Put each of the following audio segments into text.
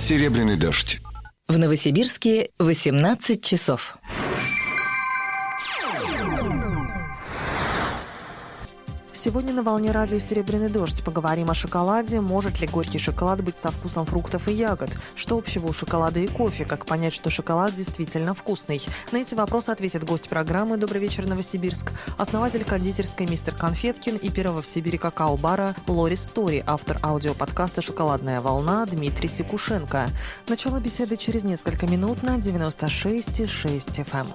Серебряный дождь. В Новосибирске 18 часов. Сегодня на волне радио «Серебряный дождь» поговорим о шоколаде. Может ли горький шоколад быть со вкусом фруктов и ягод? Что общего у шоколада и кофе? Как понять, что шоколад действительно вкусный? На эти вопросы ответит гость программы «Добрый вечер, Новосибирск», основатель кондитерской «Мистер Конфеткин» и первого в Сибири какао-бара «Лори Стори», автор аудиоподкаста «Шоколадная волна» Дмитрий Сикушенко. Начало беседы через несколько минут на 96,6 FM.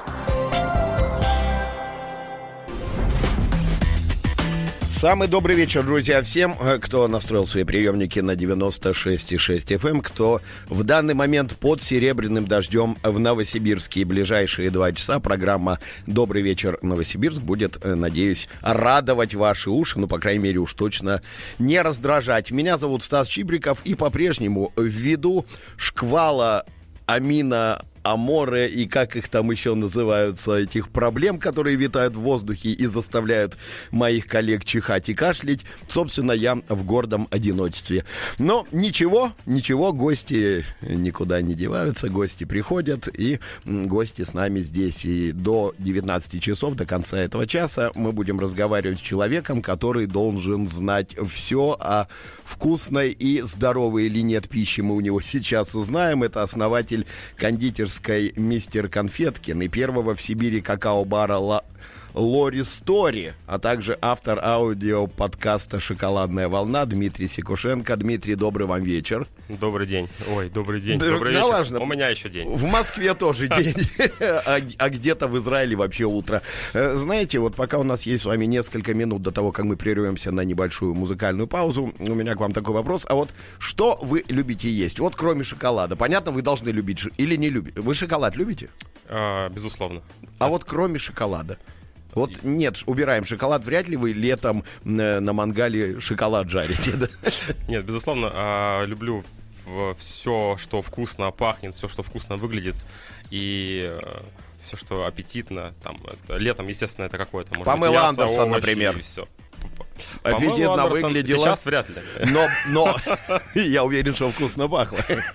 Самый добрый вечер, друзья, всем, кто настроил свои приемники на 96,6 FM, кто в данный момент под серебряным дождем в Новосибирске. Ближайшие 2 часа программа «Добрый вечер, Новосибирск» будет, надеюсь, радовать ваши уши, ну, по крайней мере, уж точно не раздражать. Меня зовут Стас Чибриков, и по-прежнему ввиду шквала Амина Аморе и как их там еще называются, этих проблем, которые витают в воздухе и заставляют моих коллег чихать и кашлять, собственно, я в гордом одиночестве. Но ничего, гости никуда не деваются, гости приходят, и гости с нами здесь. И до 19 часов, до конца этого часа, мы будем разговаривать с человеком, который должен знать все о вкусной и здоровой или нет пищи. Мы у него сейчас узнаем. Это основатель кондитерской «Мистер Конфеткин» и первого в Сибири какао-бара «Лори Стори», а также автор аудиоподкаста «Шоколадная волна» Дмитрий Сикушенко. Дмитрий, добрый вам вечер. Добрый день. Ой, добрый день. Да, добрый вечер. Важно. У меня еще день. В Москве тоже день, а где-то в Израиле вообще утро. Знаете, вот пока у нас есть с вами несколько минут до того, как мы прервемся на небольшую музыкальную паузу, у меня к вам такой вопрос. А вот что вы любите есть? Вот кроме шоколада. Понятно, вы должны любить или не любите. Вы шоколад любите? Безусловно. А вот кроме шоколада? Вот нет, убираем шоколад. Вряд ли вы летом на мангале шоколад жарите, да? Нет, безусловно, люблю все, что вкусно пахнет, все, что вкусно выглядит, и все, что аппетитно. Там, летом, естественно, это какое-то, может Памела быть, мясо, Андерсон, овощи, например. И все. Аппетитно выглядела. Сейчас вряд ли. Но я уверен, что вкусно пахло.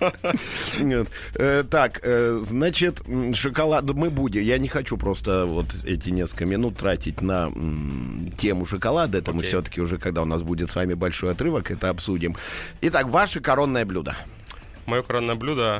Так, значит, шоколад мы будем. Я не хочу просто вот эти несколько минут тратить на тему шоколада. Это мы все-таки уже, когда у нас будет с вами большой отрывок, это обсудим. Итак, ваше коронное блюдо. Мое коронное блюдо...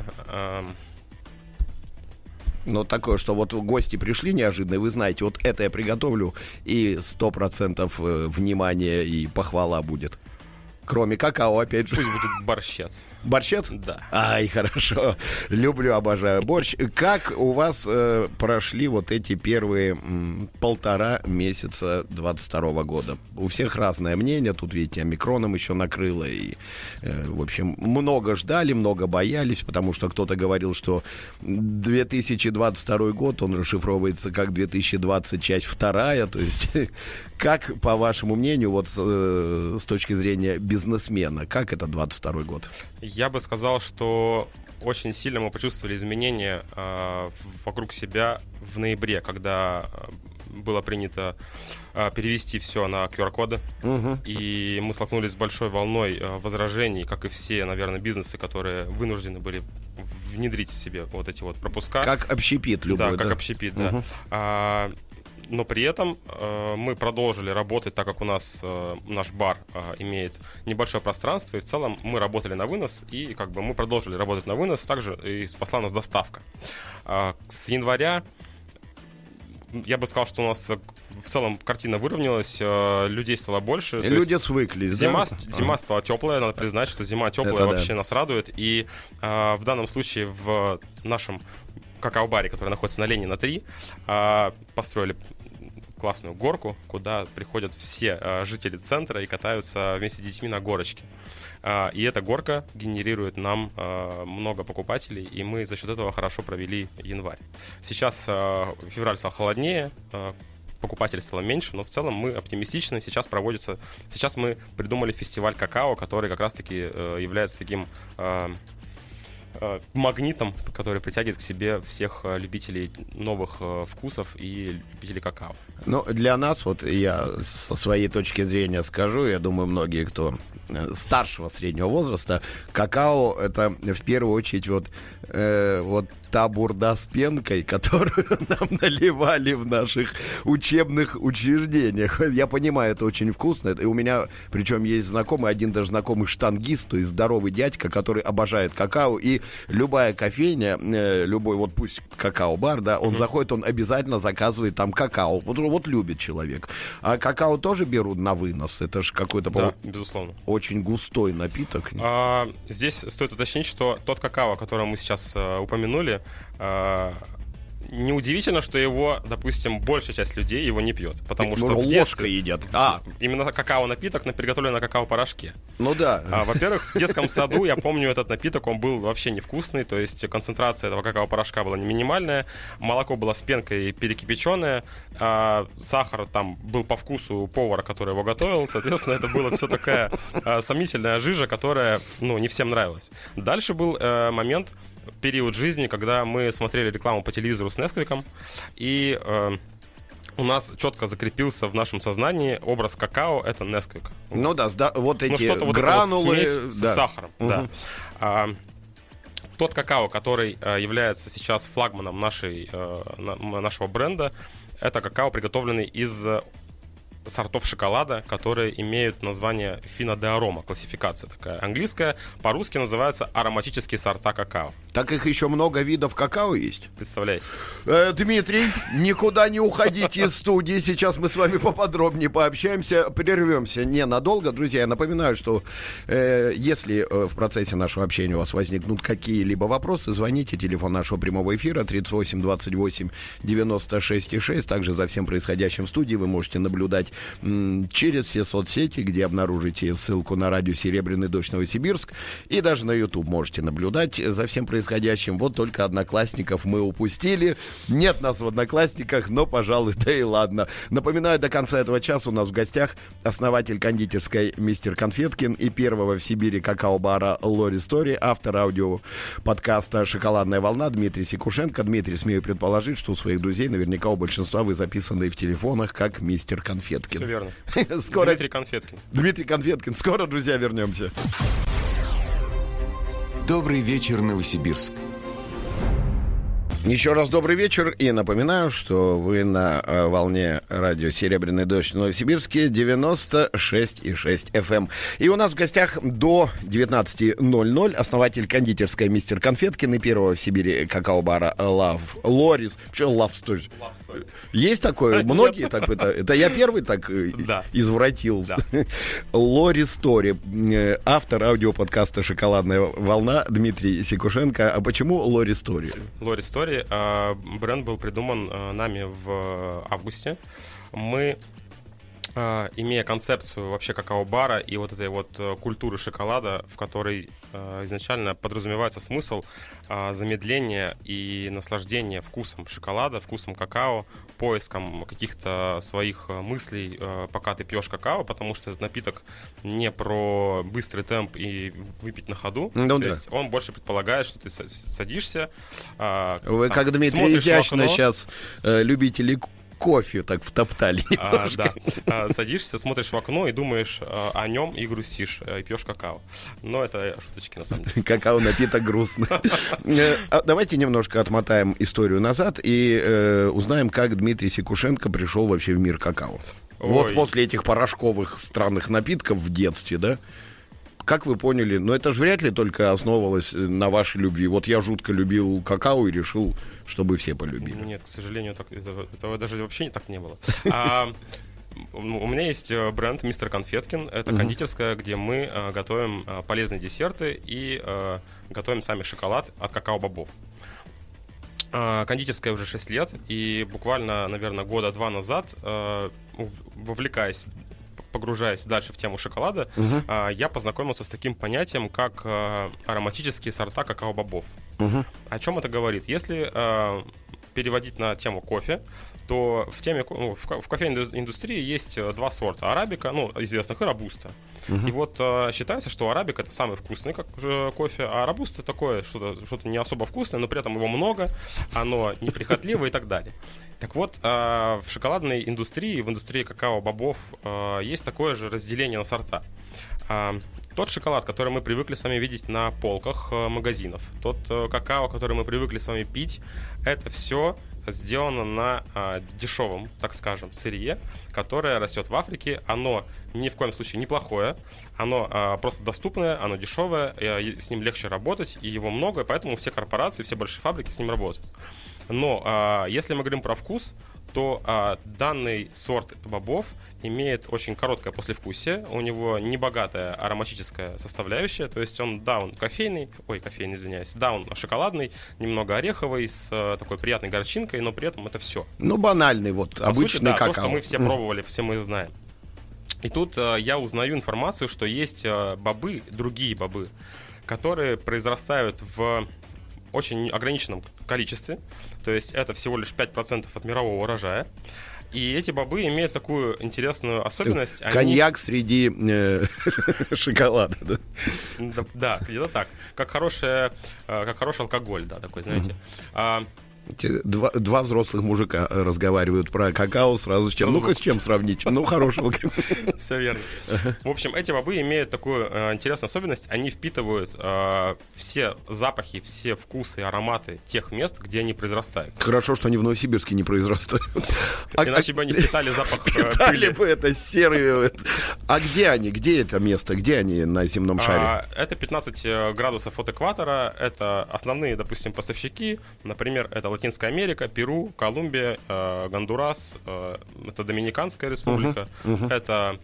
Ну, такое, что вот гости пришли неожиданно, вы знаете, вот это я приготовлю, и 100% внимания и похвала будет. Кроме какао, опять же. Пусть будет борщец. Борщец? Да. Ай, хорошо. Люблю, обожаю борщ. Как у вас прошли вот эти первые 1,5 месяца 22 года? У всех разное мнение. Тут, видите, омикроном еще накрыло. И, в общем, много ждали, много боялись, потому что кто-то говорил, что 2022 год, он расшифровывается как 2020 часть 2. То есть, как, по вашему мнению, вот с точки зрения бизнесмена, как это 22 год? Я бы сказал, что очень сильно мы почувствовали изменения вокруг себя в ноябре, когда было принято перевести все на QR-коды. И мы столкнулись с большой волной возражений, как и все, наверное, бизнесы, которые вынуждены были внедрить в себе вот эти вот пропуска. Как общепит любой, да? Да, как общепит, да. Но при этом мы продолжили работать, так как у нас наш бар имеет небольшое пространство, и в целом мы работали на вынос, и как бы мы продолжили работать на вынос, также и спасла нас доставка. С января я бы сказал, что у нас в целом картина выровнялась, людей стало больше. Люди свыклись, зима стала теплая, надо признать, что зима теплая вообще нас радует, и в данном случае в нашем какао-баре, который находится на Ленина 3, построили классную горку, куда приходят все жители центра и катаются вместе с детьми на горочке. И эта горка генерирует нам много покупателей, и мы за счет этого хорошо провели январь. Сейчас февраль стал холоднее, покупателей стало меньше, но в целом мы оптимистичны. Сейчас мы придумали фестиваль какао, который как раз-таки является таким магнитом, который притягивает к себе всех любителей новых вкусов и любителей какао. Ну, для нас, вот я со своей точки зрения скажу, я думаю, многие, кто старшего среднего возраста, какао — это в первую очередь вот та бурда с пенкой, которую нам наливали в наших учебных учреждениях. Я понимаю, это очень вкусно. И у меня, причем, есть знакомый, один даже знакомый штангист, то есть здоровый дядька, который обожает какао. И любая кофейня, любой, вот пусть какао-бар, да, он заходит, он обязательно заказывает там какао. Вот любит человек. А какао тоже берут на вынос? Это же какой-то, да, безусловно, очень густой напиток. Здесь стоит уточнить, что тот какао, о котором мы сейчас упомянули, неудивительно, что его, допустим, большая часть людей его не пьет, потому что в ложкой едят. Именно какао-напиток приготовлен на какао-порошке. Ну да. Во-первых, в детском саду, я помню, этот напиток, он был вообще невкусный, то есть концентрация этого какао-порошка была минимальная, молоко было с пенкой перекипяченное, сахар там был по вкусу повара, который его готовил, соответственно, это была все такая сомнительная жижа, которая, не всем нравилась. Дальше был момент, период жизни, когда мы смотрели рекламу по телевизору с Несквиком, и у нас четко закрепился в нашем сознании образ какао — это Несквик. Ну да, вот эти что-то гранулы, вот смесь с сахаром. Да. Тот какао, который является сейчас флагманом нашего бренда, это какао, приготовленный из сортов шоколада, которые имеют название Fino de Aroma, классификация такая английская, по-русски называется ароматические сорта какао. Так их еще много видов какао есть? Представляете? Дмитрий, никуда не уходите из студии, сейчас мы с вами поподробнее пообщаемся, прервемся ненадолго. Друзья, я напоминаю, что если в процессе нашего общения у вас возникнут какие-либо вопросы, звоните, телефон нашего прямого эфира 38 28 96 6. Также за всем происходящим в студии вы можете наблюдать через все соцсети, где обнаружите ссылку на радио «Серебряный дождь» Новосибирск, и даже на YouTube можете наблюдать за всем происходящим. Вот только Одноклассников мы упустили. Нет нас в Одноклассниках, но, пожалуй, да и ладно. Напоминаю, до конца этого часа у нас в гостях основатель кондитерской «Мистер Конфеткин» и первого в Сибири какао-бара «Лори Стори», автор аудиоподкаста «Шоколадная волна» Дмитрий Сикушенко. Дмитрий, смею предположить, что у своих друзей наверняка у большинства вы записаны в телефонах как «Мистер Конфеткин». Все верно. Скоро... Дмитрий Конфеткин. Дмитрий Конфеткин. Скоро, друзья, вернемся. Добрый вечер, Новосибирск. Еще раз добрый вечер, и напоминаю, что вы на волне радио «Серебряный дождь» в Новосибирске 96,6 FM. И у нас в гостях до 19:00 основатель кондитерской «Мистер Конфеткин» и первого в Сибири какао-бара «Лорис». Что «Love Story»? Есть такое? Многие так это я первый так извратил. Да. «Лори Стори», автор аудиоподкаста «Шоколадная волна» Дмитрий Сикушенко. А почему «Лори Стори»? «Лори Стори» бренд был придуман нами в августе. Мы, имея концепцию вообще какао-бара и вот этой вот культуры шоколада, в которой изначально подразумевается смысл замедления и наслаждения вкусом шоколада, вкусом какао, поиском каких-то своих мыслей, пока ты пьешь какао, потому что этот напиток не про быстрый темп и выпить на ходу. То есть он больше предполагает, что ты садишься, вы, как Дмитрий изящно сейчас любители кофе так втоптали. Да. Садишься, смотришь в окно и думаешь о нем и грустишь, и пьешь какао. Но это шуточки, на самом деле. Какао-напиток грустный. Давайте немножко отмотаем историю назад и узнаем, как Дмитрий Сикушенко пришел вообще в мир какао. Вот после этих порошковых странных напитков в детстве, да? Как вы поняли, но это же вряд ли только основывалось на вашей любви. Вот я жутко любил какао и решил, чтобы все полюбили. Нет, к сожалению, этого даже вообще так не было. У меня есть бренд «Мистер Конфеткин». Это кондитерская, где мы готовим полезные десерты и готовим сами шоколад от какао-бобов. Кондитерская уже 6 лет, и буквально, наверное, года 2 назад, погружаясь дальше в тему шоколада, я познакомился с таким понятием, как ароматические сорта какао-бобов. О чем это говорит? Если переводить на тему кофе, то в кофейной индустрии есть два сорта. Арабика, известных, и робуста. И вот считается, что арабика — это самый вкусный кофе, а робуста такое что-то не особо вкусное, но при этом его много, оно неприхотливое и так далее. Так вот, в шоколадной индустрии, в индустрии какао-бобов есть такое же разделение на сорта. Тот шоколад, который мы привыкли с вами видеть на полках магазинов, тот какао, который мы привыкли с вами пить, это все сделано на дешевом, так скажем, сырье, которое растет в Африке. Оно ни в коем случае не плохое, оно просто доступное, оно дешевое, с ним легче работать, и его много, поэтому все корпорации, все большие фабрики с ним работают. Но если мы говорим про вкус, то данный сорт бобов имеет очень короткое послевкусие, у него небогатая ароматическая составляющая, то есть он кофейный, шоколадный, немного ореховый, с такой приятной горчинкой, но при этом это все. Банальный, обычный какао. То, что мы все пробовали, все мы знаем. И тут я узнаю информацию, что есть бобы, другие бобы, которые произрастают в очень ограниченном количестве, то есть это всего лишь 5% от мирового урожая. И эти бобы имеют такую интересную особенность. Коньяк среди шоколада, да? Да, где-то так. Как хороший алкоголь, да, такой, знаете. Два взрослых мужика разговаривают про какао сразу с чем. С чем сравнить? Хороший алкоголь. Все верно. В общем, эти бобы имеют такую интересную особенность. Они впитывают все запахи, все вкусы и ароматы тех мест, где они произрастают. Хорошо, что они в Новосибирске не произрастают. Иначе бы они впитали запах пыли. Впитали бы это серый. А где они? Где это место? Где они на земном шаре? Это 15 градусов от экватора. Это основные, допустим, поставщики. Например, это Латинская Америка, Перу, Колумбия, Гондурас, это Доминиканская республика, это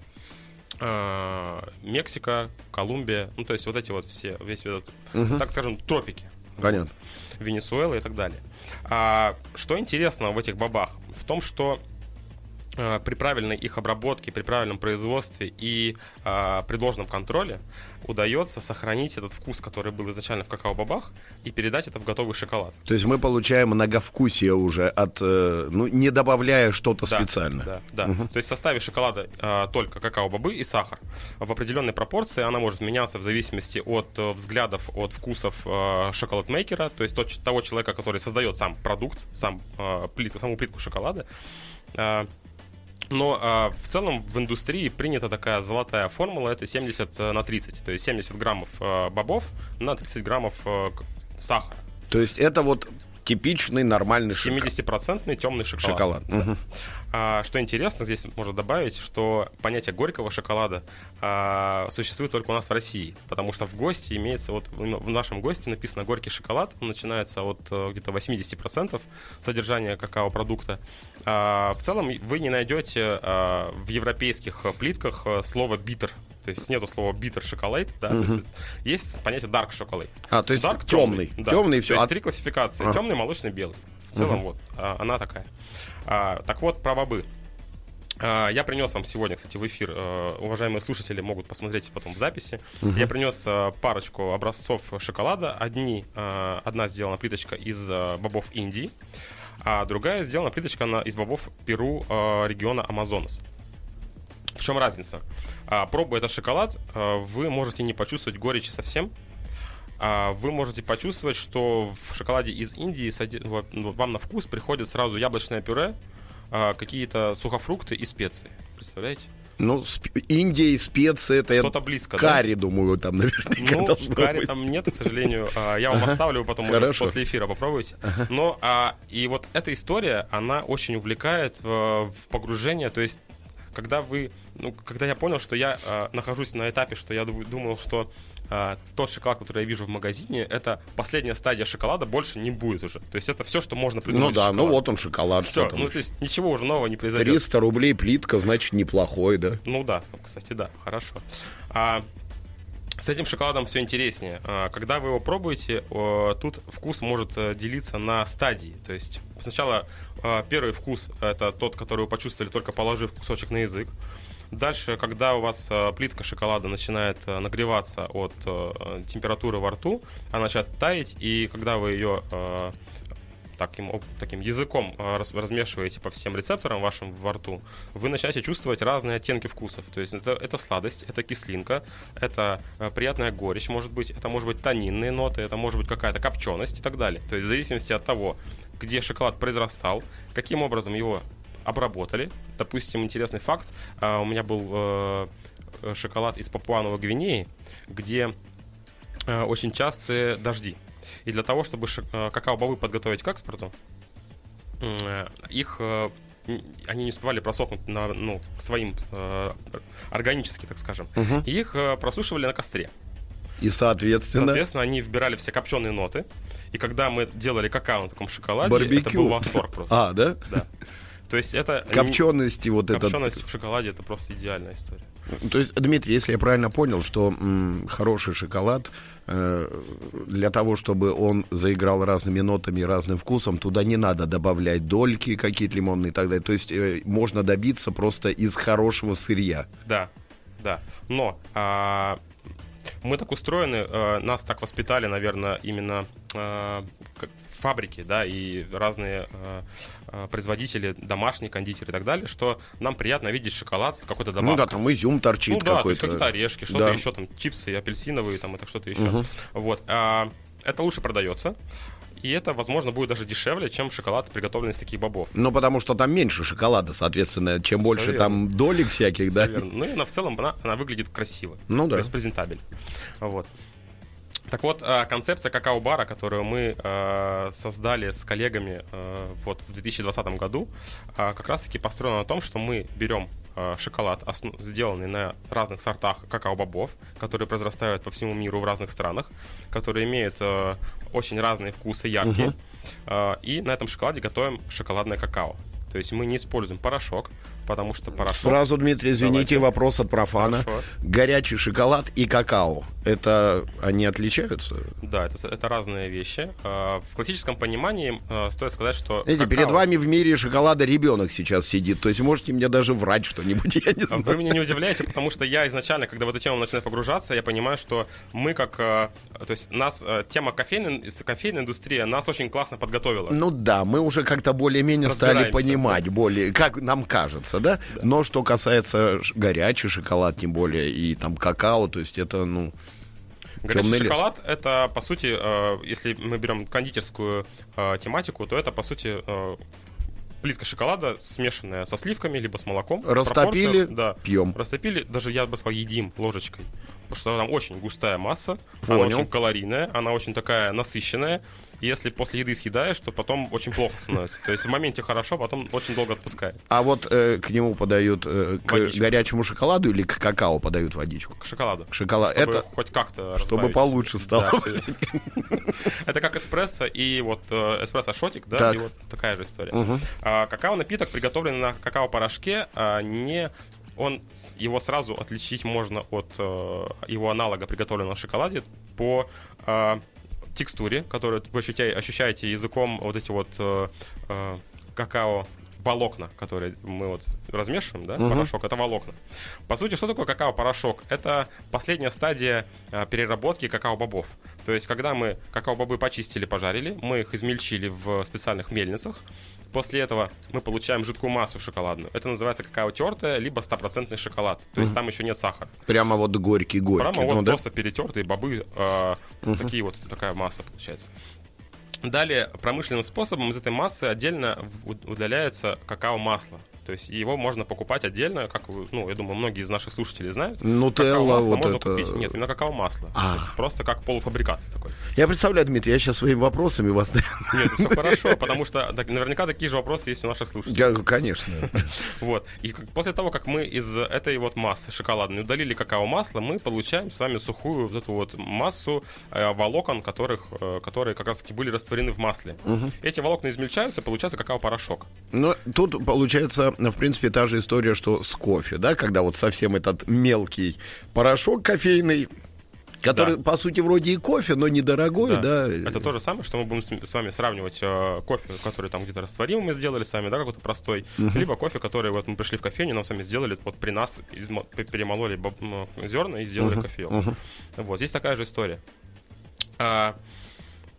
Мексика, Колумбия, то есть вот эти вот все, так скажем, тропики. Понятно. Венесуэла и так далее. Что интересно в этих бобах? В том, что при правильной их обработке, при правильном производстве и при должном контроле удается сохранить этот вкус, который был изначально в какао-бобах, и передать это в готовый шоколад. То есть мы получаем многовкусие уже, не добавляя что-то специальное. Да. Угу. То есть в составе шоколада только какао-бобы и сахар. В определенной пропорции она может меняться в зависимости от взглядов, от вкусов шоколадмейкера, то есть того человека, который создает сам продукт, саму плитку шоколада. Но в целом в индустрии принята такая золотая формула, это 70/30, то есть 70 граммов бобов на 30 граммов сахара. То есть это типичный нормальный 70% темный шоколад. Да. Угу. Что интересно, здесь можно добавить, что понятие горького шоколада существует только у нас в России, потому что в ГОСТе имеется, в нашем ГОСТе написано горький шоколад, он начинается от где-то 80% содержания какао-продукта. В целом вы не найдете в европейских плитках слово bitter. То есть нету слова bitter chocolate, да, то есть есть понятие dark chocolate. То есть dark, темный. Да. Темный, все. То есть 3 классификации: темный, молочный, белый. В целом она такая. Так вот, про бобы. Я принес вам сегодня, кстати, в эфир, уважаемые слушатели могут посмотреть потом в записи. Я принес парочку образцов шоколада. Одна сделана плиточка из бобов Индии, а другая сделана плиточка из бобов Перу, региона Амазонас. В чем разница? Пробуя этот шоколад, вы можете не почувствовать горечи совсем. Вы можете почувствовать, что в шоколаде из Индии вам на вкус приходит сразу яблочное пюре, какие-то сухофрукты и специи. Представляете? Индия и специи — это что-то близко, карри, думаю, там наверняка должно быть. Карри там нет, к сожалению. Я вам оставлю, потом после эфира попробуйте. Но и вот эта история, она очень увлекает в погружение, то есть когда я понял, что я нахожусь на этапе, что я думал, что тот шоколад, который я вижу в магазине, это последняя стадия шоколада, больше не будет уже. То есть это все, что можно придумать. Вот он шоколад. Все, то есть ничего уже нового не произойдет. 300 рублей плитка, значит, неплохой, да? Кстати, да, хорошо. С этим шоколадом все интереснее. Когда вы его пробуете, тут вкус может делиться на стадии. То есть сначала первый вкус — это тот, который вы почувствовали, только положив кусочек на язык. Дальше, когда у вас плитка шоколада начинает нагреваться от температуры во рту, она начинает таять, и когда вы ее таким языком размешиваете по всем рецепторам вашим во рту, вы начинаете чувствовать разные оттенки вкусов. То есть это сладость, это кислинка, это приятная горечь, может быть, это может быть тонинные ноты, это может быть какая-то копченость и так далее. То есть в зависимости от того, где шоколад произрастал, каким образом его обработали. Допустим, интересный факт. У меня был шоколад из Папуа-Новой Гвинеи, где очень частые дожди. И для того, чтобы какао-бобы подготовить к экспорту, они не успевали просохнуть к своим органически, так скажем. И их просушивали на костре. И, соответственно, они вбирали все копченые ноты. И когда мы делали какао на таком шоколаде, барбекю. Это был восторг просто. Да? Да. То есть это... Копченость в шоколаде — это просто идеальная история. То есть, Дмитрий, если я правильно понял, что хороший шоколад, для того, чтобы он заиграл разными нотами и разным вкусом, туда не надо добавлять дольки какие-то лимонные и так далее. То есть можно добиться просто из хорошего сырья. Да. Но мы так устроены, нас так воспитали, наверное, именно фабрики, да, и разные производители, домашние кондитеры и так далее, что нам приятно видеть шоколад с какой-то добавкой. Ну да, там изюм торчит какой-то. То есть какие-то орешки, что-то еще, там, чипсы апельсиновые, там, это что-то еще. Вот. Это лучше продается. И это, возможно, будет даже дешевле, чем шоколад, приготовленный из таких бобов. Ну, потому что там меньше шоколада, соответственно, чем больше там долек всяких, да? Ну, и в целом она выглядит красиво. Ну, да. То есть презентабельно. Вот. Так вот, концепция какао-бара, которую мы создали с коллегами в 2020 году, как раз-таки построена на том, что мы берем шоколад, сделанный на разных сортах какао-бобов, которые произрастают по всему миру в разных странах, которые имеют очень разные вкусы, яркие, и на этом шоколаде готовим шоколадное какао. То есть мы не используем порошок, потому что порошок... Сразу, Дмитрий, извините, вопрос от профана. Хорошо. Горячий шоколад и какао, это они отличаются? Да, это разные вещи. В классическом понимании стоит сказать, что какао... Перед вами в мире шоколада ребенок сейчас сидит, то есть можете мне даже врать что-нибудь, я не знаю. Вы меня не удивляете, потому что я изначально, когда в эту тему начинаю погружаться, я понимаю, что мы то есть нас тема кофейной индустрии нас очень классно подготовила. Ну да, мы уже как-то более-менее стали понимать, более, как нам кажется, да? Но что касается горячий шоколад, тем более, и там какао, то есть это, горячий шоколад — это, по сути, если мы берем кондитерскую тематику, то это, по сути, плитка шоколада, смешанная со сливками, либо с молоком. Растопили, пьем. Растопили, даже, я бы сказал, едим ложечкой. Потому что там очень густая масса, Понял. Она очень калорийная, она очень такая насыщенная. И если после еды съедаешь, то потом очень плохо становится. То есть в моменте хорошо, потом очень долго отпускает. А вот к нему подают к горячему шоколаду или к какао подают водичку? К шоколаду. Шоколад. Чтобы это хоть как-то чтобы получше стало. Это как эспрессо и вот эспрессо-шотик, да, и вот такая же история. Какао-напиток, приготовленный на какао-порошке, его сразу отличить можно от его аналога, приготовленного в шоколаде, по текстуре, которую вы ощущаете языком, вот эти вот какао-волокна, которые мы вот размешиваем, да, порошок, это волокна. По сути, что такое какао-порошок? Это последняя стадия переработки какао-бобов. То есть, когда мы какао-бобы почистили, пожарили, мы их измельчили в специальных мельницах. После этого мы получаем жидкую массу шоколадную. Это называется какао-тертое, либо 100% шоколад. То есть там еще нет сахара. Прямо вот горький-горький. Прямо вот просто перетертые бобы. Такая масса получается. Далее промышленным способом из этой массы отдельно удаляется какао-масло. То есть его можно покупать отдельно, как, я думаю, многие из наших слушателей знают. Нутелла вот можно это... купить. Нет, именно какао-масло. То есть просто как полуфабрикат такой. Я представляю, Дмитрий, я сейчас своими вопросами вас... Нет, все хорошо, потому что наверняка такие же вопросы есть у наших слушателей. Конечно. Вот. И после того, как мы из этой вот массы шоколадной удалили какао-масло, мы получаем с вами сухую вот эту вот массу волокон, которые как раз-таки были растворены в масле. Эти волокна измельчаются, получается какао-порошок. Ну, тут получается, в принципе, та же история, что с кофе, да, когда вот совсем этот мелкий порошок кофейный, который, по сути, вроде и кофе, но недорогой, да. Это то же самое, что мы будем с вами сравнивать кофе, который там где-то растворимый мы сделали сами, да, какой-то простой, либо кофе, который вот мы пришли в кофейню, нам сами сделали, вот при нас перемололи зерна и сделали кофеек. Вот, здесь такая же история.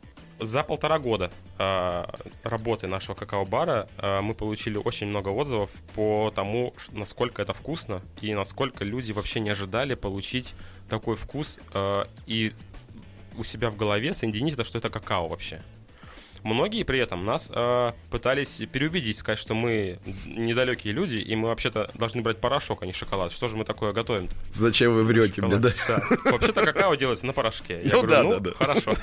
За 1,5 года работы нашего какао-бара мы получили очень много отзывов по тому, насколько это вкусно и насколько люди вообще не ожидали получить такой вкус и у себя в голове соединить это, что это какао вообще. Многие при этом нас пытались переубедить, сказать, что мы недалекие люди, и мы вообще-то должны брать порошок, а не шоколад. Что же мы такое готовим-то? Зачем вы врете мне, да? Вообще-то какао делается на порошке. Я говорю, да. Хорошо.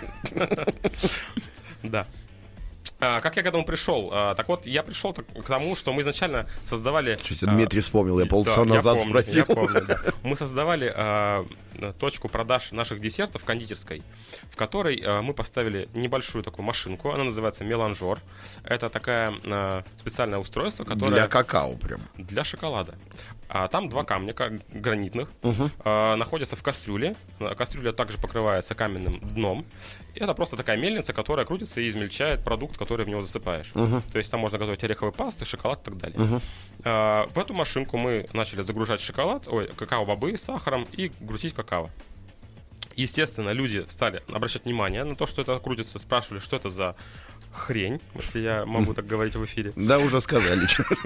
Да. Как я к этому пришел? Так вот, я пришел к тому, что мы изначально создавали... Дмитрий вспомнил, я полчаса назад спросил. Я помню, да. Мы создавали точку продаж наших десертов кондитерской, в которой мы поставили небольшую такую машинку, она называется меланжер. Это такое специальное устройство, которое... Для какао прям. Для шоколада. Там 2 камня гранитных находятся в кастрюле. Кастрюля также покрывается каменным дном. И это просто такая мельница, которая крутится и измельчает продукт, который в него засыпаешь. То есть там можно готовить ореховые пасты, шоколад и так далее. В эту машинку мы начали загружать какао-бобы с сахаром и крутить какао. Естественно, люди стали обращать внимание на то, что это крутится, спрашивали, что это за хрень, если я могу так говорить в эфире. Да, уже сказали.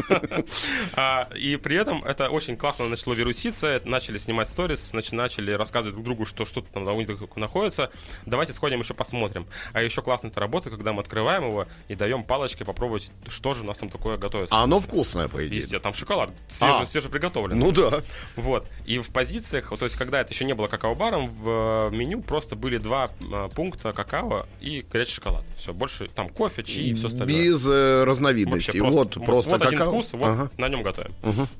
И при этом это очень классно начало вируситься, начали снимать сторис, начали рассказывать друг другу, что что-то там у них находится. Давайте сходим еще посмотрим. А еще классно это работает, когда мы открываем его и даем палочкой попробовать, что же у нас там такое готовится. А оно вкусное, по идее. Естественно, там шоколад свежеприготовленный. Ну да. Вот. И в позициях, то есть когда это еще не было какао-баром, в меню просто были 2 пункта какао и горячий шоколад. Все, больше там кофе, чаи и все остальное. Без разновидностей. Вообще, просто вот какао. Один вкус, на нем готовим.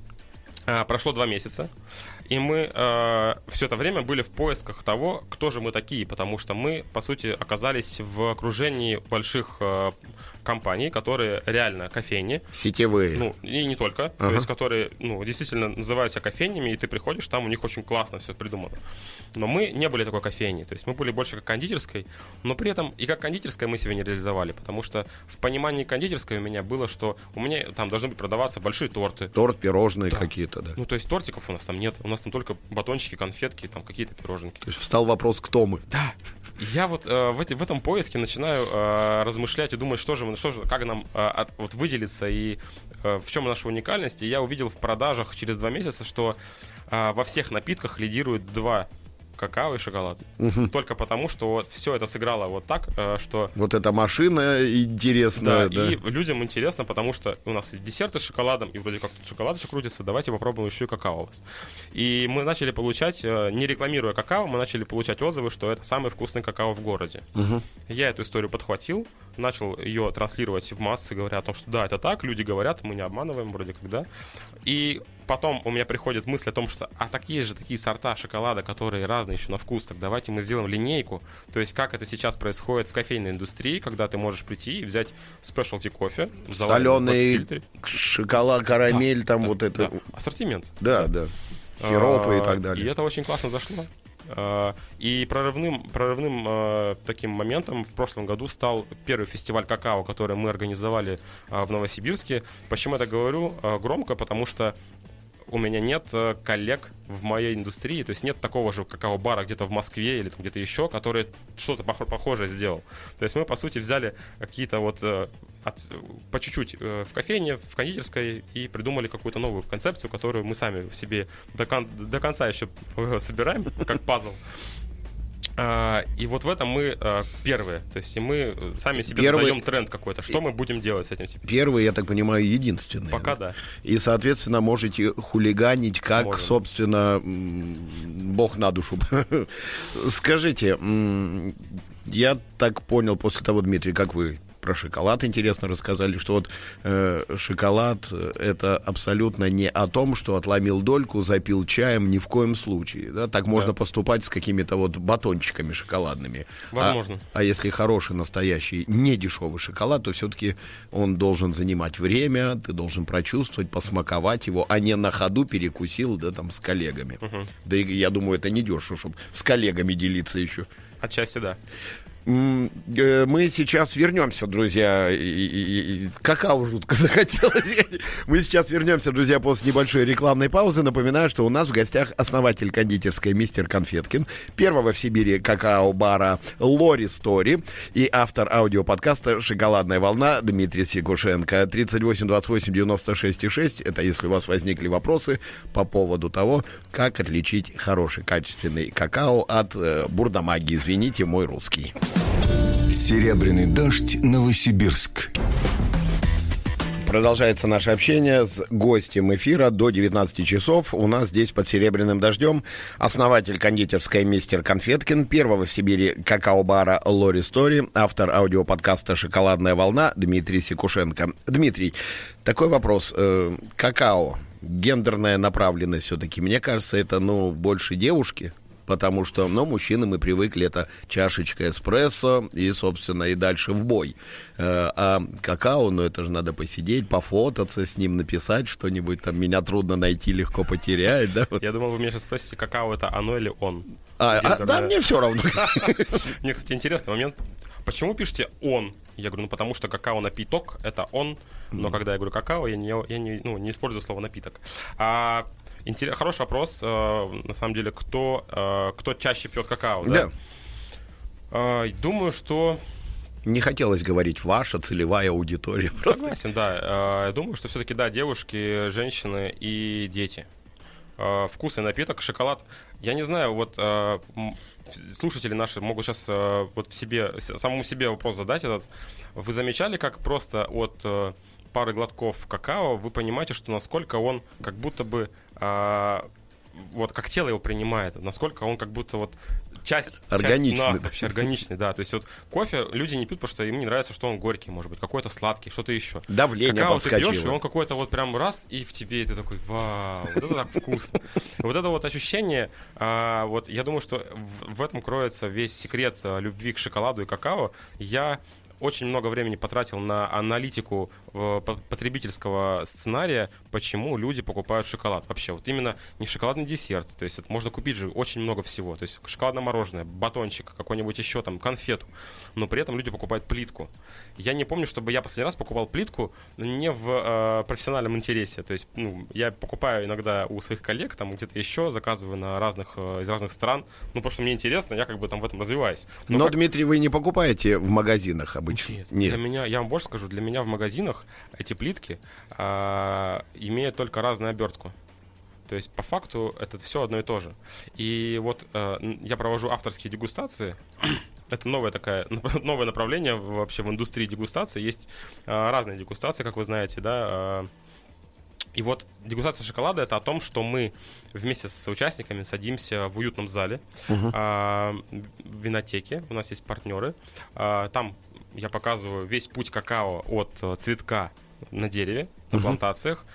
Прошло 2 месяца, и мы все это время были в поисках того, кто же мы такие, потому что мы, по сути, оказались в окружении больших компаний, которые реально кофейни. Сетевые. Ну, и не только. То есть, которые, действительно называют себя кофейнями, и ты приходишь, там у них очень классно все придумано. Но мы не были такой кофейней. То есть, мы были больше как кондитерской, но при этом и как кондитерская мы себя не реализовали, потому что в понимании кондитерской у меня было, что у меня там должны быть продаваться большие торты. Торт, пирожные какие-то, да. Ну, то есть, тортиков у нас там нет. У нас там только батончики, конфетки, там какие-то пироженки. То есть, встал вопрос, кто мы. Да. Я вот в этом поиске начинаю размышлять и думать, как нам выделиться и в чем наша уникальность. И я увидел в продажах через 2 месяца, что во всех напитках лидирует 2 какао и шоколад. Только потому, что вот все это сыграло вот так, что... Вот эта машина интересная. Да, и людям интересно, потому что у нас и десерты с шоколадом, и вроде как тут шоколад еще крутится, давайте попробуем еще и какао у вас. И мы начали получать, не рекламируя какао, мы начали получать отзывы, что это самый вкусный какао в городе. Я эту историю подхватил, начал ее транслировать в массы, говоря о том, что да, это так, люди говорят, мы не обманываем, вроде как, да. И потом у меня приходит мысль о том, что такие сорта шоколада, которые разные еще на вкус, так давайте мы сделаем линейку. То есть как это сейчас происходит в кофейной индустрии, когда ты можешь прийти и взять спешлти кофе, соленый шоколад, карамель, да, там да, вот это. Да. Ассортимент. Да. Сиропы и так далее. И это очень классно зашло. И прорывным таким моментом в прошлом году стал первый фестиваль какао, который мы организовали в Новосибирске. Почему я так говорю громко? Потому что у меня нет коллег в моей индустрии, то есть нет такого же какао-бара где-то в Москве или где-то еще, который что-то похожее сделал. То есть мы, по сути, взяли какие-то по чуть-чуть в кофейне, в кондитерской и придумали какую-то новую концепцию, которую мы сами в себе до конца еще собираем, как пазл. И вот в этом мы первые. То есть и мы сами себе задаем тренд какой-то. Что мы будем делать с этим теперь? Первый, я так понимаю, единственный. Пока да. И, соответственно, можете хулиганить, как, собственно, Бог на душу. Скажите, я так понял после того, Дмитрий, как вы про шоколад интересно рассказали, что вот шоколад это абсолютно не о том, что отломил дольку, запил чаем, ни в коем случае. Да? Так можно поступать с какими-то вот батончиками шоколадными. Возможно. А если хороший, настоящий, не дешевый шоколад, то все-таки он должен занимать время, ты должен прочувствовать, посмаковать его, а не на ходу перекусил, да, там, с коллегами. Да и я думаю, это не дешево, чтобы с коллегами делиться еще. Отчасти да. Мы сейчас вернемся, друзья. Какао жутко захотелось. Мы сейчас вернемся, друзья, после небольшой рекламной паузы. Напоминаю, что у нас в гостях основатель кондитерской «Мистер Конфеткин», первого в Сибири какао-бара «Лори Стори» и автор аудиоподкаста «Шоколадная волна» Дмитрий Сикушенко. 38 28 96 6. Это если у вас возникли вопросы по поводу того, как отличить хороший, качественный какао от бурдамаги. Извините, мой русский. Серебряный дождь, Новосибирск. Продолжается наше общение с гостем эфира до 19 часов. У нас здесь под «Серебряным дождем» основатель кондитерской «Мистер Конфеткин», первого в Сибири какао-бара «Лори Стори», автор аудиоподкаста «Шоколадная волна» Дмитрий Сикушенко. Дмитрий, такой вопрос. Какао, гендерная направленность все-таки, мне кажется, это, больше девушки. Потому что, мужчины, мы привыкли, это чашечка эспрессо и, собственно, и дальше в бой. А какао, это же надо посидеть, пофотаться с ним, написать что-нибудь, там, меня трудно найти, легко потерять, да? Я думал, вы меня сейчас спросите, какао это оно или он? Да, мне все равно. Мне, кстати, интересный момент. Почему пишете «он»? Я говорю, потому что какао-напиток — это он, но когда я говорю «какао», я не использую слово «напиток». Хороший вопрос, на самом деле, кто чаще пьет какао, да? Да. Думаю, что... Не хотелось говорить «ваша целевая аудитория». Согласен, да. Думаю, что все-таки, да, девушки, женщины и дети. Вкусный напиток, шоколад. Я не знаю, слушатели наши могут сейчас самому себе вопрос задать этот. Вы замечали, как просто от пары глотков какао вы понимаете, что насколько он как будто бы как тело его принимает, насколько он как будто часть нас вообще органичный, да. То есть кофе люди не пьют, потому что им не нравится, что он горький, может быть, какой-то сладкий, что-то еще. Давление подскочило. Ты пьешь, и он какой-то прям раз, и в тебе, и ты такой, вау, вот это так вкусно. Вот это ощущение, я думаю, что в этом кроется весь секрет любви к шоколаду и какао. Я очень много времени потратил на аналитику потребительского сценария, почему люди покупают шоколад. Вообще, именно не шоколадный десерт, то есть можно купить же очень много всего, то есть шоколадное мороженое, батончик, какой-нибудь еще конфету, но при этом люди покупают плитку. Я не помню, чтобы я последний раз покупал плитку не в профессиональном интересе, то есть я покупаю иногда у своих коллег, где-то еще, заказываю из разных стран, потому что мне интересно, я в этом развиваюсь. Но Дмитрий, вы не покупаете в магазинах обычно? Нет. Для меня, я вам больше скажу, для меня в магазинах эти плитки имеют только разную обертку. То есть, по факту, это все одно и то же. И я провожу авторские дегустации. Это новое направление вообще в индустрии дегустации. Есть разные дегустации, как вы знаете, да. И дегустация шоколада — это о том, что мы вместе с участниками садимся в уютном зале, в винотеке. У нас есть партнеры. Там я показываю весь путь какао от цветка на дереве, на плантациях,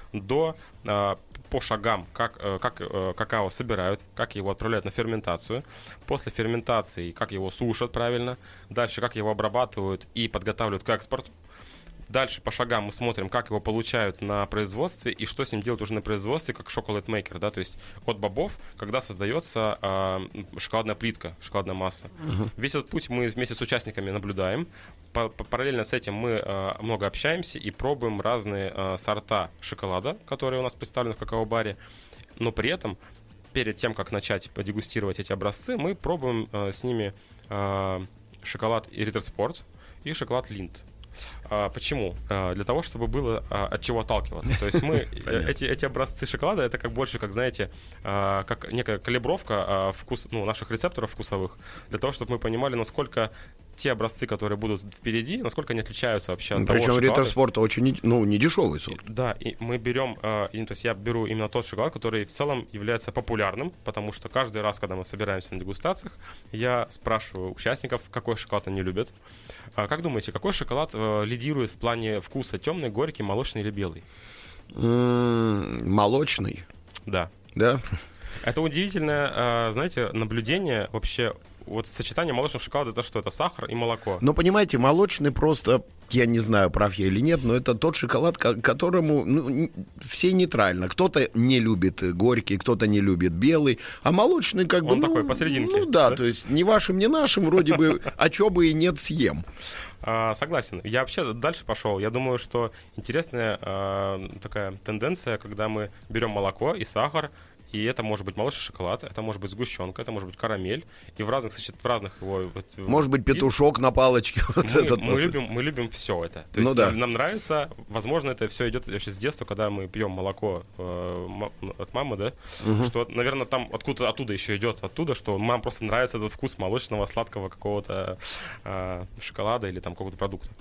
по шагам, как какао собирают, как его отправляют на ферментацию, после ферментации, как его сушат правильно, дальше как его обрабатывают и подготавливают к экспорту. Дальше по шагам мы смотрим, как его получают на производстве и что с ним делают уже на производстве, как шоколад-мейкер, да, то есть от бобов, когда создается шоколадная плитка, шоколадная масса. Весь этот путь мы вместе с участниками наблюдаем. Параллельно с этим мы много общаемся и пробуем разные сорта шоколада, которые у нас представлены в какао-баре, но при этом перед тем, как начать подегустировать эти образцы, мы пробуем с ними шоколад Ritter Sport и шоколад Lindt. Почему? Для того, чтобы было от чего отталкиваться. То есть мы эти образцы шоколада, это больше, знаете, как некая калибровка наших рецепторов вкусовых, для того, чтобы мы понимали, насколько те образцы, которые будут впереди, насколько они отличаются вообще от того шоколада. Причем Ritter Sport очень не дешевый сорт. Да, и мы берем, то есть я беру именно тот шоколад, который в целом является популярным, потому что каждый раз, когда мы собираемся на дегустациях, я спрашиваю участников, какой шоколад они любят. Как думаете, какой шоколад лидирует в плане вкуса? Темный, горький, молочный или белый? Молочный. Да. Да? Это удивительное, знаете, наблюдение вообще вот сочетание молочного шоколада, это что? Это сахар и молоко. Но, понимаете, молочный просто, я не знаю, прав я или нет, но это тот шоколад, которому все нейтрально. Кто-то не любит горький, кто-то не любит белый, а молочный как бы... Он такой посерединке. Ну да, то есть ни вашим, ни нашим вроде бы, а чё бы и нет, съем. Согласен. Я вообще дальше пошел. Я думаю, что интересная такая тенденция, когда мы берем молоко и сахар, и это может быть молочный шоколад, это может быть сгущенка, это может быть карамель, и в разных его... Может быть, петушок на палочке. Мы любим все это. То есть нам нравится, возможно, это все идет вообще с детства, когда мы пьем молоко от мамы, да, что, наверное, там оттуда еще идет, что маме просто нравится этот вкус молочного, сладкого какого-то шоколада или там какого-то продукта.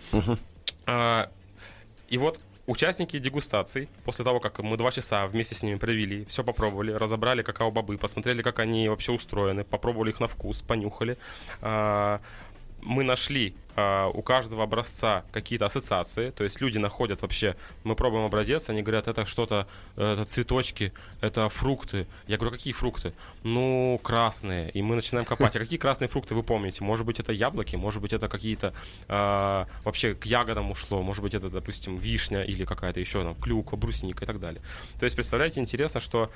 И вот участники дегустаций, после того, как мы 2 часа вместе с ними провели, все попробовали, разобрали какао-бобы, посмотрели, как они вообще устроены, попробовали их на вкус, понюхали. Мы нашли у каждого образца какие-то ассоциации, то есть люди находят вообще, мы пробуем образец, они говорят, это что-то, это цветочки, это фрукты. Я говорю, какие фрукты? Ну, красные. И мы начинаем копать. А какие красные фрукты вы помните? Может быть, это яблоки, может быть, это какие-то вообще к ягодам ушло, может быть, это, допустим, вишня или какая-то еще там клюква, брусника и так далее. То есть, представляете, интересно, что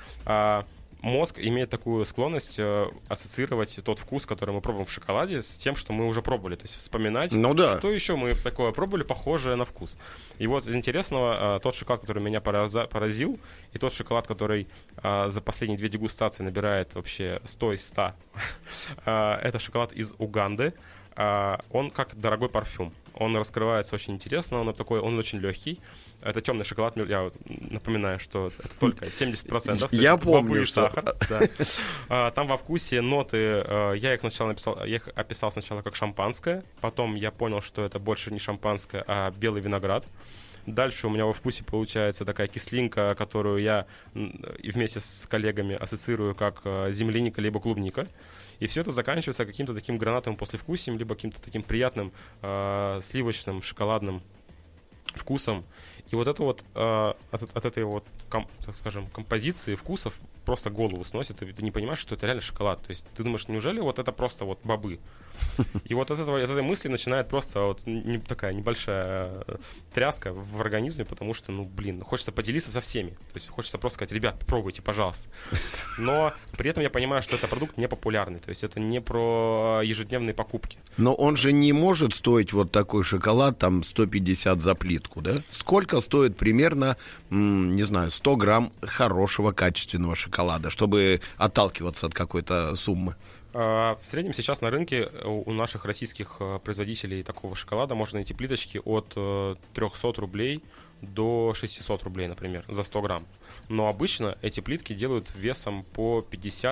мозг имеет такую склонность ассоциировать тот вкус, который мы пробуем в шоколаде, с тем, что мы уже пробовали. То есть вспоминать, что еще мы такое пробовали, похожее на вкус. И вот из интересного, тот шоколад, который меня поразил, и тот шоколад, который за последние 2 дегустации набирает вообще 100 из 100, это шоколад из Уганды. Он как дорогой парфюм. Он раскрывается очень интересно, он очень легкий. Это темный шоколад, я напоминаю, что это только 70%. Я помню, что... сахар. Да. Там во вкусе ноты, я их описал сначала как шампанское, потом я понял, что это больше не шампанское, а белый виноград. Дальше у меня во вкусе получается такая кислинка, которую я вместе с коллегами ассоциирую как земляника либо клубника. И все это заканчивается каким-то таким гранатовым послевкусием, либо каким-то таким приятным сливочным, шоколадным вкусом. И вот это вот от этой вот, так скажем, композиции вкусов просто голову сносит, и ты не понимаешь, что это реально шоколад. То есть ты думаешь, неужели вот это просто вот бобы? И вот от этой мысли начинает просто вот такая небольшая тряска в организме, потому что, хочется поделиться со всеми. То есть хочется просто сказать, ребят, попробуйте, пожалуйста. Но при этом я понимаю, что это продукт не популярный. То есть это не про ежедневные покупки. Но он же не может стоить вот такой шоколад, там, 150 за плитку, да? Сколько стоит примерно, не знаю, 100 грамм хорошего, качественного шоколада, чтобы отталкиваться от какой-то суммы? В среднем сейчас на рынке у наших российских производителей такого шоколада можно найти плиточки от 300 рублей до 600 рублей, например, за 100 грамм. Но обычно эти плитки делают весом по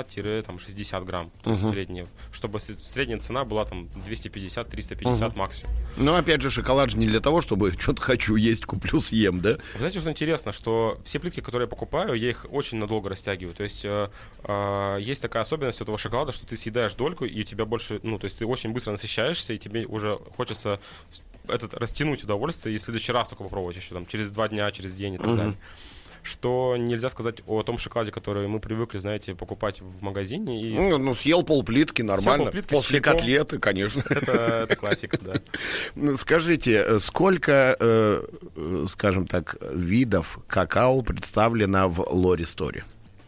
50-60 грамм, то есть средняя, чтобы средняя цена была там 250-350 максимум. Но опять же, шоколад же не для того, чтобы что-то хочу есть, куплю, съем, да? Вы знаете, что интересно, что все плитки, которые я покупаю, я их очень надолго растягиваю. То есть есть такая особенность этого шоколада, что ты съедаешь дольку, и у тебя больше, то есть ты очень быстро насыщаешься, и тебе уже хочется растянуть удовольствие и в следующий раз только попробовать еще там через 2 дня, через день и так далее. Что нельзя сказать о том шоколаде, который мы привыкли, знаете, покупать в магазине. И... съел полплитки, нормально. После котлеты, конечно. Это классика, да. Скажите, сколько, скажем так, видов какао представлено в Лори Стори?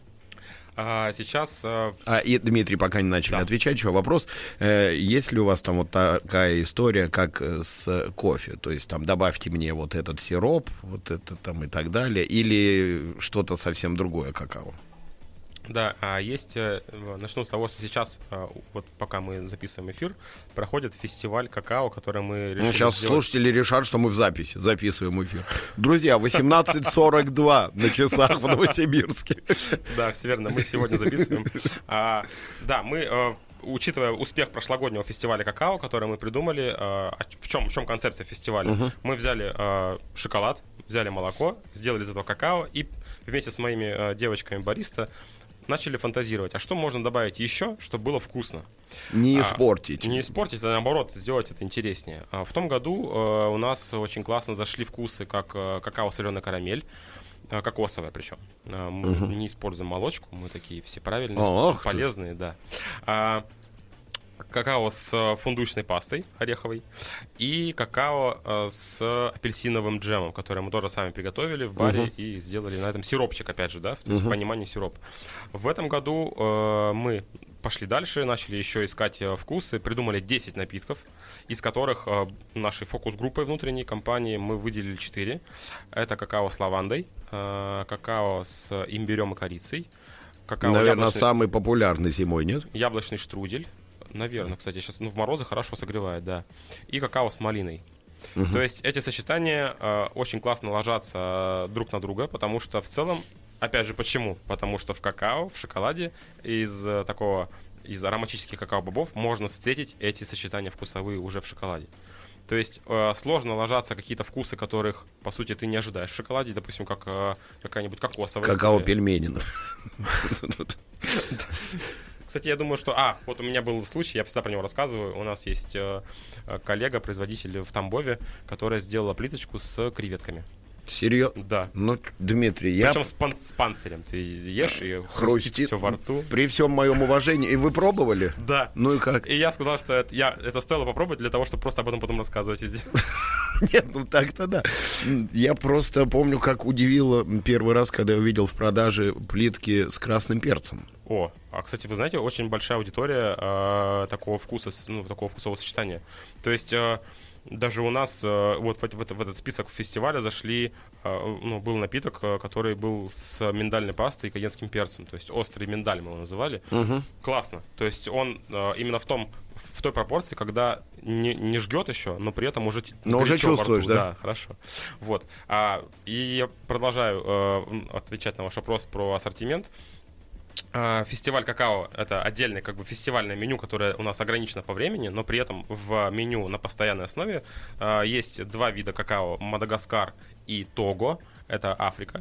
Сейчас... И Дмитрий пока не начали отвечать, еще вопрос. Есть ли у вас там вот такая история, как с кофе? То есть там добавьте мне вот этот сироп, вот это там и так далее, или что-то совсем другое какао? Да, есть, начну с того, что сейчас, вот пока мы записываем эфир, проходит фестиваль какао, который мы решили сейчас сделать. Слушатели решат, что мы в записи записываем эфир. Друзья, 18:42 на часах в Новосибирске. Да, все верно, мы сегодня записываем. Да, мы... Учитывая успех прошлогоднего фестиваля какао, который мы придумали, в чем концепция фестиваля? Мы взяли шоколад, взяли молоко, сделали из этого какао и вместе с моими девочками-бариста начали фантазировать, а что можно добавить еще, чтобы было вкусно? Не испортить. Не испортить, а наоборот, сделать это интереснее. В том году у нас очень классно зашли вкусы, как какао соленая карамель, кокосовая причем. Мы не используем молочку, мы такие все правильные, полезные, да. какао с фундучной пастой ореховой и какао с апельсиновым джемом, который мы тоже сами приготовили в баре и сделали на этом сиропчик, опять же, да, то есть в понимании сироп. В этом году мы пошли дальше, начали еще искать вкусы, придумали 10 напитков, из которых нашей фокус-группой внутренней компании мы выделили 4. Это какао с лавандой, какао с имбирем и корицей, какао наверное, самый популярный зимой, нет? Яблочный штрудель. Наверное, кстати, сейчас в морозы хорошо согревает, да. И какао с малиной. То есть эти сочетания очень классно ложатся друг на друга, потому что в целом, опять же, почему? Потому что в какао, в шоколаде из ароматических какао-бобов можно встретить эти сочетания вкусовые уже в шоколаде. То есть сложно ложатся какие-то вкусы, которых, по сути, ты не ожидаешь в шоколаде, допустим, как какая-нибудь кокосовая. Какао-пельменина. Кстати, я думаю, что... вот у меня был случай, я всегда про него рассказываю. У нас есть коллега, производитель в Тамбове, которая сделала плиточку с креветками. Серьезно? Да. Ну, Дмитрий, причем с панцирем. Ты ешь и хрустит все во рту. При всем моем уважении. И вы пробовали? Да. Ну и как? И я сказал, что это стоило попробовать для того, чтобы просто об этом потом рассказывать. Нет, ну так-то да. Я просто помню, как удивило первый раз, когда я увидел в продаже плитки с красным перцем. Кстати, вы знаете, очень большая аудитория такого вкуса, такого вкусового сочетания. То есть даже у нас вот в этот список фестиваля зашли, был напиток, который был с миндальной пастой и кайенским перцем. То есть острый миндаль мы его называли. Классно. То есть он именно в той пропорции, когда не жгет еще, но при этом уже чувствуешь, да? Да, хорошо. Вот. И я продолжаю отвечать на ваш вопрос про ассортимент. Фестиваль какао — это отдельное фестивальное меню, которое у нас ограничено по времени, но при этом в меню на постоянной основе есть 2 вида какао: Мадагаскар и Того, это Африка.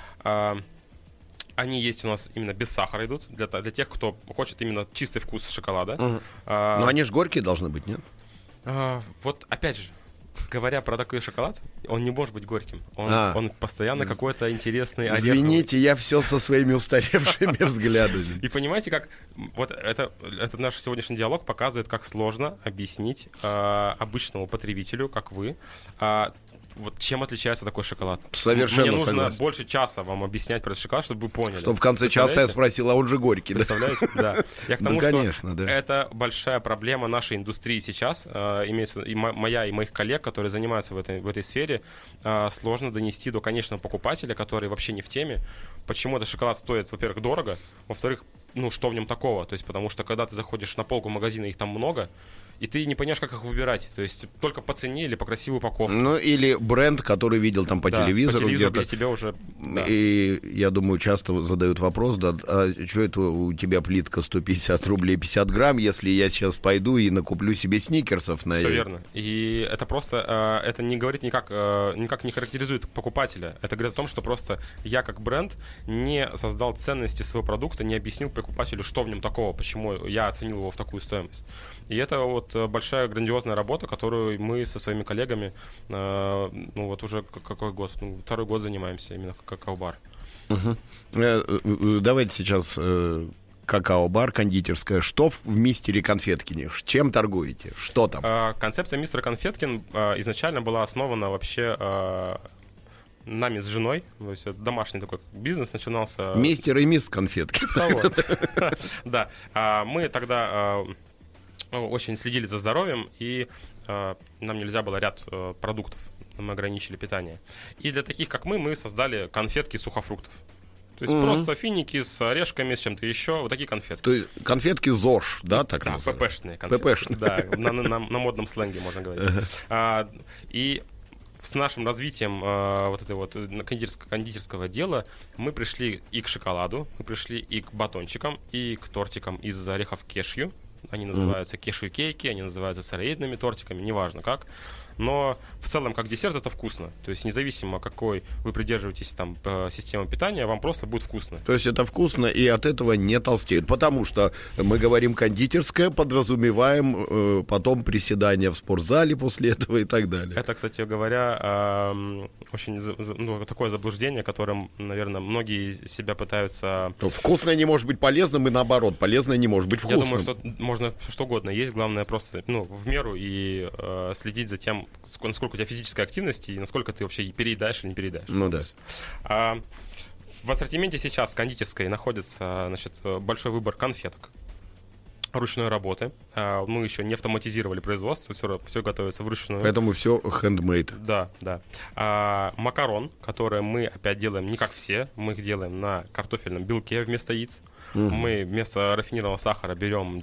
Они есть у нас именно без сахара, идут для тех, кто хочет именно чистый вкус шоколада. Но они же горькие должны быть, нет? Вот опять же, говоря про такой шоколад, он не может быть горьким. Он постоянно какой-то интересный, ореховый. Извините, я все со своими устаревшими взглядами. И понимаете, как вот это наш сегодняшний диалог показывает, как сложно объяснить обычному потребителю, как вы, вот чем отличается такой шоколад. Совершенно Мне нужно согласен. больше часа вам объяснять про этот шоколад, чтобы вы поняли. Что в конце часа я спросил, а он же горький. Представляете? Да. Я к тому, конечно, что это большая проблема нашей индустрии сейчас. Имеется и моя, и моих коллег, которые занимаются в этой сфере, сложно донести до конечного покупателя, который вообще не в теме, почему этот шоколад стоит, во-первых, дорого, во-вторых, что в нем такого. То есть, потому что когда ты заходишь на полку магазина, их там много, и ты не понимаешь, как их выбирать. То есть только по цене или по красивой упаковке. Ну, или бренд, который видел там по телевизору где-то. Где тебя уже... И я думаю, часто задают вопрос, а что это у тебя плитка 150 рублей 50 грамм, если я сейчас пойду и накуплю себе сникерсов? Все верно. И это просто, это не говорит никак не характеризует покупателя. Это говорит о том, что просто я как бренд не создал ценности своего продукта, не объяснил покупателю, что в нем такого, почему я оценил его в такую стоимость. И это вот большая грандиозная работа, которую мы со своими коллегами уже какой год, 2-й год занимаемся именно как какао-бар. Давайте сейчас какао-бар, кондитерская. Что в мистере Конфеткине? Чем торгуете? Что там? Концепция мистера Конфеткин изначально была основана вообще нами с женой. То есть домашний такой бизнес начинался. Мистер и мисс Конфеткин. Да. Мы тогда очень следили за здоровьем, и нам нельзя было ряд продуктов. Мы ограничили питание. И для таких, как мы создали конфетки сухофруктов. То есть просто финики с орешками, с чем-то еще, вот такие конфетки. То есть конфетки ЗОЖ, да, так называют? Да, ППшные конфетки. Да, на модном сленге можно говорить. И с нашим развитием вот этого вот кондитерского дела мы пришли и к шоколаду, мы пришли и к батончикам, и к тортикам из орехов кешью. Они называются кешью-кейки, они называются сыроедными тортиками, неважно как. Но в целом, как десерт, это вкусно. То есть независимо, какой вы придерживаетесь там системы питания, вам просто будет вкусно. То есть это вкусно, и от этого не толстеют. Потому что мы говорим кондитерское, подразумеваем потом приседания в спортзале после этого и так далее. Это, кстати говоря, очень такое заблуждение, которым, наверное, многие себя пытаются... Вкусное не может быть полезным, и наоборот, полезное не может быть вкусным. Я думаю, что Можно все что угодно есть, главное просто в меру и следить за тем, насколько у тебя физическая активность и насколько ты вообще переедаешь или не переедаешь. Ну да. В ассортименте сейчас кондитерской находится, большой выбор конфеток ручной работы. Мы еще не автоматизировали производство, все готовится вручную. Поэтому все handmade. Да. Макарон, которые мы опять делаем не как все, мы их делаем на картофельном белке вместо яиц. Мы вместо рафинированного сахара берем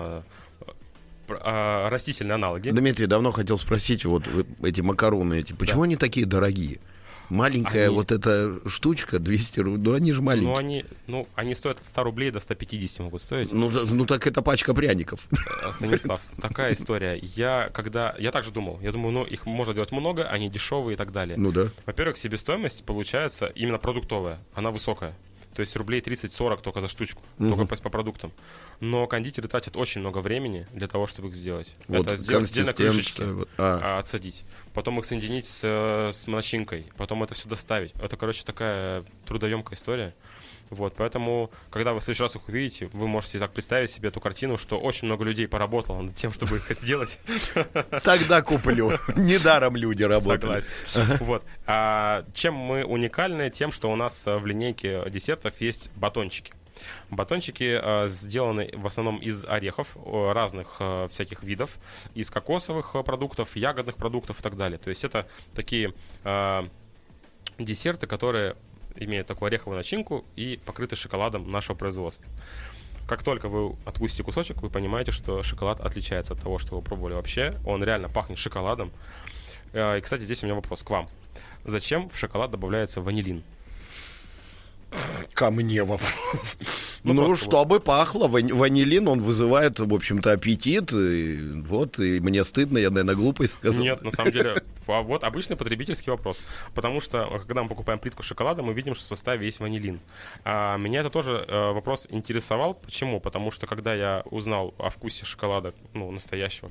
растительные аналоги. Дмитрий, давно хотел спросить, вот эти макароны, почему они такие дорогие? Маленькая вот эта штучка, 200 рублей, они же маленькие. Они стоят от 100 рублей до 150 могут стоить. Ну так это пачка пряников. Станислав, такая история. Я также думал, их можно делать много, они дешевые и так далее. Ну да. Во-первых, себестоимость получается именно продуктовая, она высокая. То есть рублей 30-40 только за штучку, только по продуктам. Но кондитеры тратят очень много времени для того, чтобы их сделать. Вот это сделать отдельно крышечки, отсадить. Потом их соединить с начинкой. Потом это все доставить. Это, такая трудоемкая история. Вот, поэтому, когда вы в следующий раз их увидите, вы можете так представить себе эту картину, что очень много людей поработало над тем, чтобы их сделать. Тогда куплю. Недаром люди работали. Согласен. Вот. А чем мы уникальны? Тем, что у нас в линейке десертов есть батончики. Батончики сделаны в основном из орехов разных всяких видов, из кокосовых продуктов, ягодных продуктов и так далее. То есть это такие десерты, которые имеют такую ореховую начинку и покрыты шоколадом нашего производства. Как только вы откусите кусочек, вы понимаете, что шоколад отличается от того, что вы пробовали вообще. Он реально пахнет шоколадом. И, кстати, здесь у меня вопрос к вам. Зачем в шоколад добавляется ванилин? Ко мне вопрос. Чтобы пахло. Ванилин, он вызывает, в общем-то, аппетит. И мне стыдно, я, наверное, глупость сказал. Нет, на самом деле, вот обычный потребительский вопрос. Потому что, когда мы покупаем плитку шоколада, мы видим, что в составе есть ванилин. Меня это тоже вопрос интересовал. Почему? Потому что, когда я узнал о вкусе шоколада, настоящего,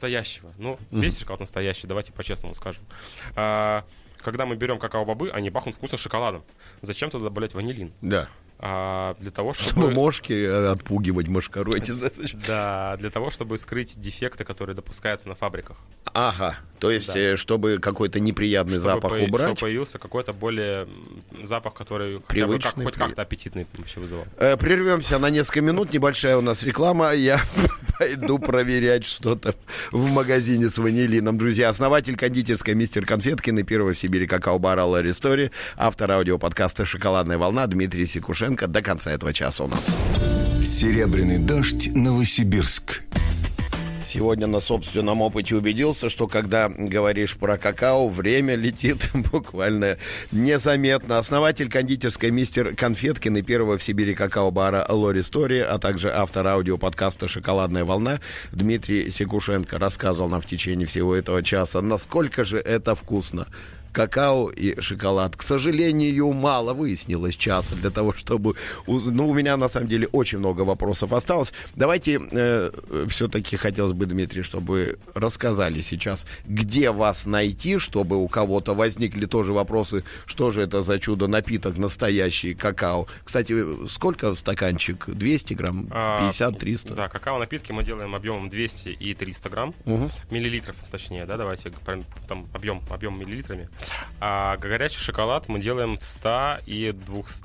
весь шоколад настоящий, давайте по-честному скажем. Когда мы берем какао-бобы, они пахнут вкусно шоколадом. Зачем туда добавлять ванилин? Да. Для того, чтобы мошки отпугивать, мошкарой. Да, для того, чтобы скрыть дефекты, которые допускаются на фабриках. Ага, то есть, чтобы какой-то неприятный запах убрать. Чтобы появился какой-то более запах, который привычный, хоть как-то аппетитный вообще вызывал. Прервемся на несколько минут, небольшая у нас реклама. Я пойду проверять что-то в магазине с ванилином. Друзья, основатель кондитерской «Мистер Конфеткин» и первого в Сибири какао-бара «Лори Стори», автор аудиоподкаста «Шоколадная волна» Дмитрий Секушенко. До конца этого часа у нас. Серебряный дождь, Новосибирск. Сегодня на собственном опыте убедился, что когда говоришь про какао, время летит буквально незаметно. Основатель кондитерской «Мистер Конфеткин» и первого в Сибири какао-бара «Лори Стори», а также автор аудиоподкаста «Шоколадная волна» Дмитрий Секушенко рассказывал нам в течение всего этого часа, насколько же это вкусно. Какао и шоколад. К сожалению, мало выяснилось часа для того, чтобы... у меня, на самом деле, очень много вопросов осталось. Давайте все-таки хотелось бы, Дмитрий, чтобы рассказали сейчас, где вас найти, чтобы у кого-то возникли тоже вопросы, что же это за чудо-напиток настоящий какао. Кстати, сколько стаканчик? 200 грамм? 50, 300? Да, какао-напитки мы делаем объемом 200 и 300 грамм. Миллилитров, точнее, да, давайте там объем миллилитрами. А горячий шоколад мы делаем в 100 и 200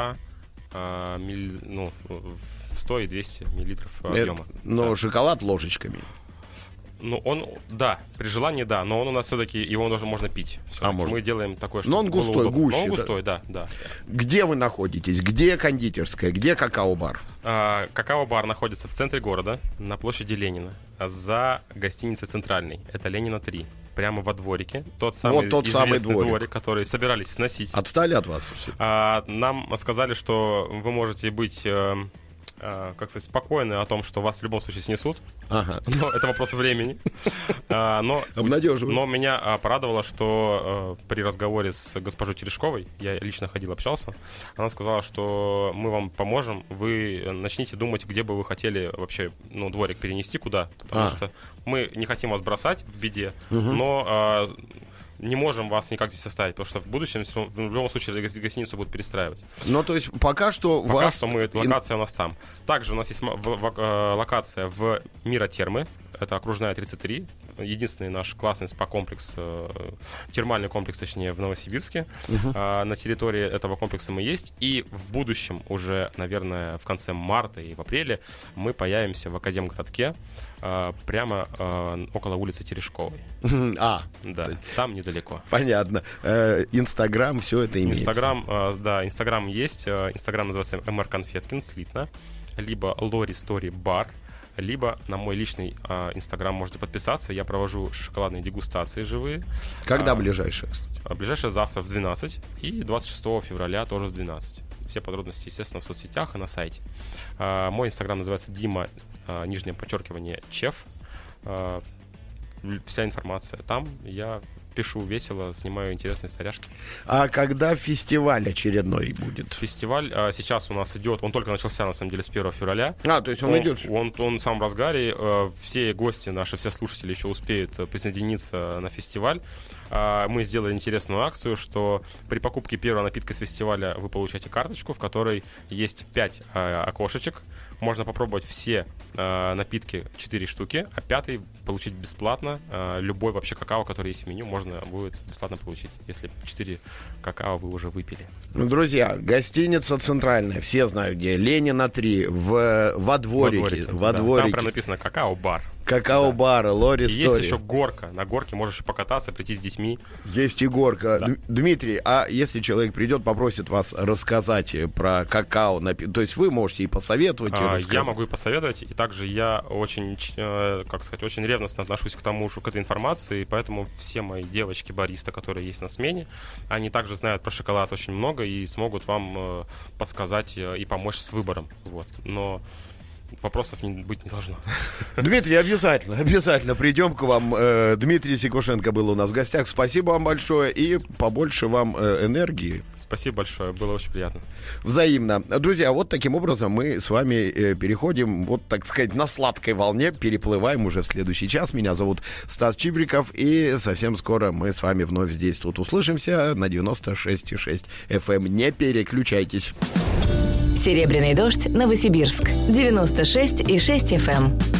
в 100 и 200 миллилитров объема. Но шоколад ложечками. При желании, да, но он у нас все-таки, его даже можно пить. Мы делаем такое, что... Но он густой, гуще. Но он густой, да. Где вы находитесь? Где кондитерская? Где какао-бар? Какао-бар находится в центре города, на площади Ленина, за гостиницей «Центральный». Это Ленина 3. Прямо во дворике. Тот самый известный дворик, который собирались сносить. Отстали от вас? Нам сказали, что вы можете быть... спокойны о том, что вас в любом случае снесут. Ага. Но это вопрос времени. Обнадеживает. Но меня порадовало, что при разговоре с госпожой Терешковой, я лично ходил, общался, она сказала, что мы вам поможем, вы начните думать, где бы вы хотели вообще дворик перенести, куда. Потому что мы не хотим вас бросать в беде, но не можем вас никак здесь оставить, потому что в будущем в любом случае гостиницу будут перестраивать. Ну, то есть пока что локация у нас там. Также у нас есть локация в Мира-Термы. Это окружная 33. Единственный наш классный спа-комплекс, термальный комплекс, точнее, в Новосибирске. На территории этого комплекса мы есть. И в будущем, уже, наверное, в конце марта и в апреле, мы появимся в Академгородке, прямо около улицы Терешковой. Да, там недалеко. Понятно. Инстаграм, все это имеется. Инстаграм есть. Инстаграм называется Мр Конфеткин, слитно. Либо Lori Story Bar. Либо на мой личный Инстаграм можете подписаться. Я провожу шоколадные дегустации живые. Когда ближайшая, кстати? Ближайшая завтра в 12 и 26 февраля тоже в 12. Все подробности, естественно, в соцсетях и на сайте. Мой Инстаграм называется Дима, _, Чеф. Вся информация там. Я пишу весело, снимаю интересные старяшки. А когда фестиваль очередной будет? Фестиваль сейчас у нас идет, он только начался, на самом деле, с 1 февраля. То есть он идет? Он в самом разгаре. Все гости наши, все слушатели еще успеют присоединиться на фестиваль. Мы сделали интересную акцию, что при покупке первого напитка с фестиваля вы получаете карточку, в которой есть 5 окошечек. Можно попробовать все напитки, 4 штуки, а 5-й получить бесплатно. Любой вообще какао, который есть в меню, можно будет бесплатно получить, если 4 какао вы уже выпили. Друзья, гостиница «Центральная», все знают где, Ленина 3, во дворике. Там прям написано «Какао-бар». Какао-бар, Lori Story. Есть еще горка. На горке можешь покататься, прийти с детьми. Есть и горка. Да. Дмитрий, а если человек придет, попросит вас рассказать про какао, то есть вы можете и посоветовать, и рассказать? Я могу и посоветовать, и также я очень, очень ревностно отношусь к этой информации, и поэтому все мои девочки-бариста, которые есть на смене, они также знают про шоколад очень много и смогут вам подсказать и помочь с выбором. Вот. Но вопросов быть не должно. Дмитрий, обязательно придем к вам. Дмитрий Сикушенко был у нас в гостях. Спасибо вам большое и побольше вам энергии. Спасибо большое, было очень приятно. Взаимно. Друзья, вот таким образом мы с вами переходим, вот так сказать, на сладкой волне, переплываем уже в следующий час. Меня зовут Стас Чибриков, и совсем скоро мы с вами вновь здесь тут услышимся на 96,6 FM. Не переключайтесь. «Серебряный дождь», Новосибирск, 96,6 FM.